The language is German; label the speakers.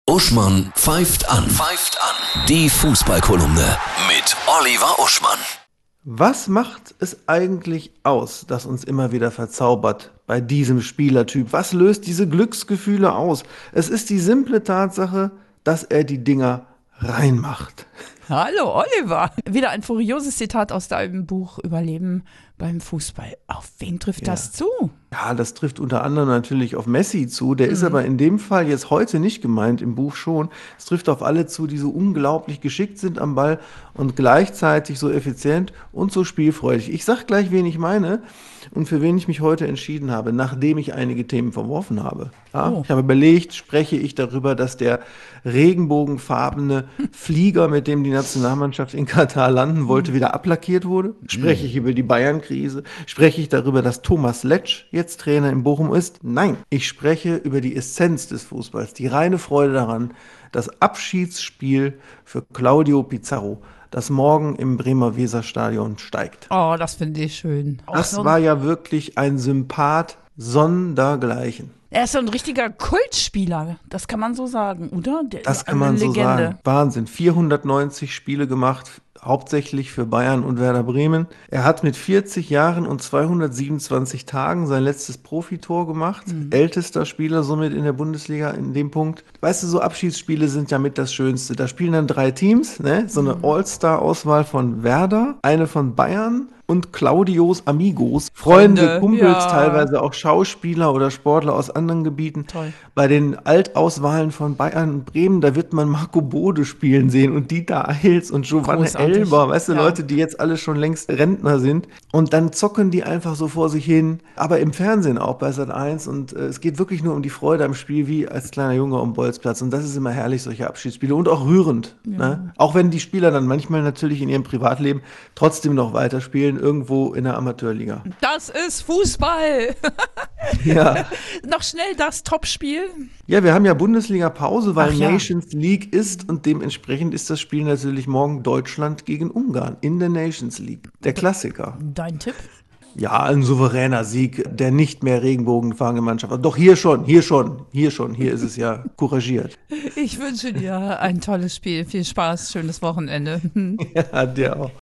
Speaker 1: Uschmann pfeift an. Die Fußballkolumne mit Oliver Uschmann.
Speaker 2: Was macht es eigentlich aus, das uns immer wieder verzaubert bei diesem Spielertyp? Was löst diese Glücksgefühle aus? Es ist die simple Tatsache, dass er die Dinger reinmacht.
Speaker 3: Hallo Oliver. Wieder ein furioses Zitat aus deinem Buch Überleben beim Fußball. Auf wen trifft das zu?
Speaker 2: Ja, das trifft unter anderem natürlich auf Messi zu. Der ist aber in dem Fall jetzt heute nicht gemeint, im Buch schon. Es trifft auf alle zu, die so unglaublich geschickt sind am Ball und gleichzeitig so effizient und so spielfreudig. Ich sag gleich, wen ich meine und für wen ich mich heute entschieden habe, nachdem ich einige Themen verworfen habe. Ja, Ich habe überlegt, spreche ich darüber, dass der regenbogenfarbene Flieger, mit dem die Nationalmannschaft in Katar landen wollte, wieder ablackiert wurde? Spreche ich über die Bayern-Krise? Spreche ich darüber, dass Thomas Letsch jetzt Trainer in Bochum ist? Nein, ich spreche über die Essenz des Fußballs, die reine Freude daran, das Abschiedsspiel für Claudio Pizarro, das morgen im Bremer Weserstadion steigt.
Speaker 3: Oh, das finde ich schön.
Speaker 2: Das war ja wirklich ein Sympath sondergleichen.
Speaker 3: Er ist so ein richtiger Kultspieler, das kann man so sagen, oder?
Speaker 2: Das kann man so sagen. Wahnsinn. 490 Spiele gemacht, hauptsächlich für Bayern und Werder Bremen. Er hat mit 40 Jahren und 227 Tagen sein letztes Profitor gemacht. Ältester Spieler somit in der Bundesliga in dem Punkt. Weißt du, so Abschiedsspiele sind ja mit das Schönste. Da spielen dann 3 Teams, ne? So eine All-Star-Auswahl von Werder, eine von Bayern und Claudios Amigos, Freunde, Kumpels, teilweise auch Schauspieler oder Sportler aus anderen Gebieten.
Speaker 3: Toll.
Speaker 2: Bei den Altauswahlen von Bayern und Bremen, da wird man Marco Bode spielen sehen und Dieter Eils und Giovanni Elber, weißt du, Leute, die jetzt alle schon längst Rentner sind. Und dann zocken die einfach so vor sich hin, aber im Fernsehen auch bei Sat.1 und es geht wirklich nur um die Freude am Spiel, wie als kleiner Junge am Bolzplatz. Und das ist immer herrlich, solche Abschiedsspiele und auch rührend. Ne? Auch wenn die Spieler dann manchmal natürlich in ihrem Privatleben trotzdem noch weiterspielen, irgendwo in der Amateurliga.
Speaker 3: Das ist Fußball.
Speaker 2: Ja.
Speaker 3: Noch schnell das Topspiel.
Speaker 2: Ja, wir haben ja Bundesliga-Pause, weil Nations League ist und dementsprechend ist das Spiel natürlich morgen Deutschland gegen Ungarn in der Nations League. Der Klassiker.
Speaker 3: Dein Tipp?
Speaker 2: Ja, ein souveräner Sieg der nicht mehr regenbogenfarbenen Mannschaft. Doch hier ist es ja couragiert.
Speaker 3: Ich wünsche dir ein tolles Spiel. Viel Spaß, schönes Wochenende.
Speaker 2: Ja, dir auch.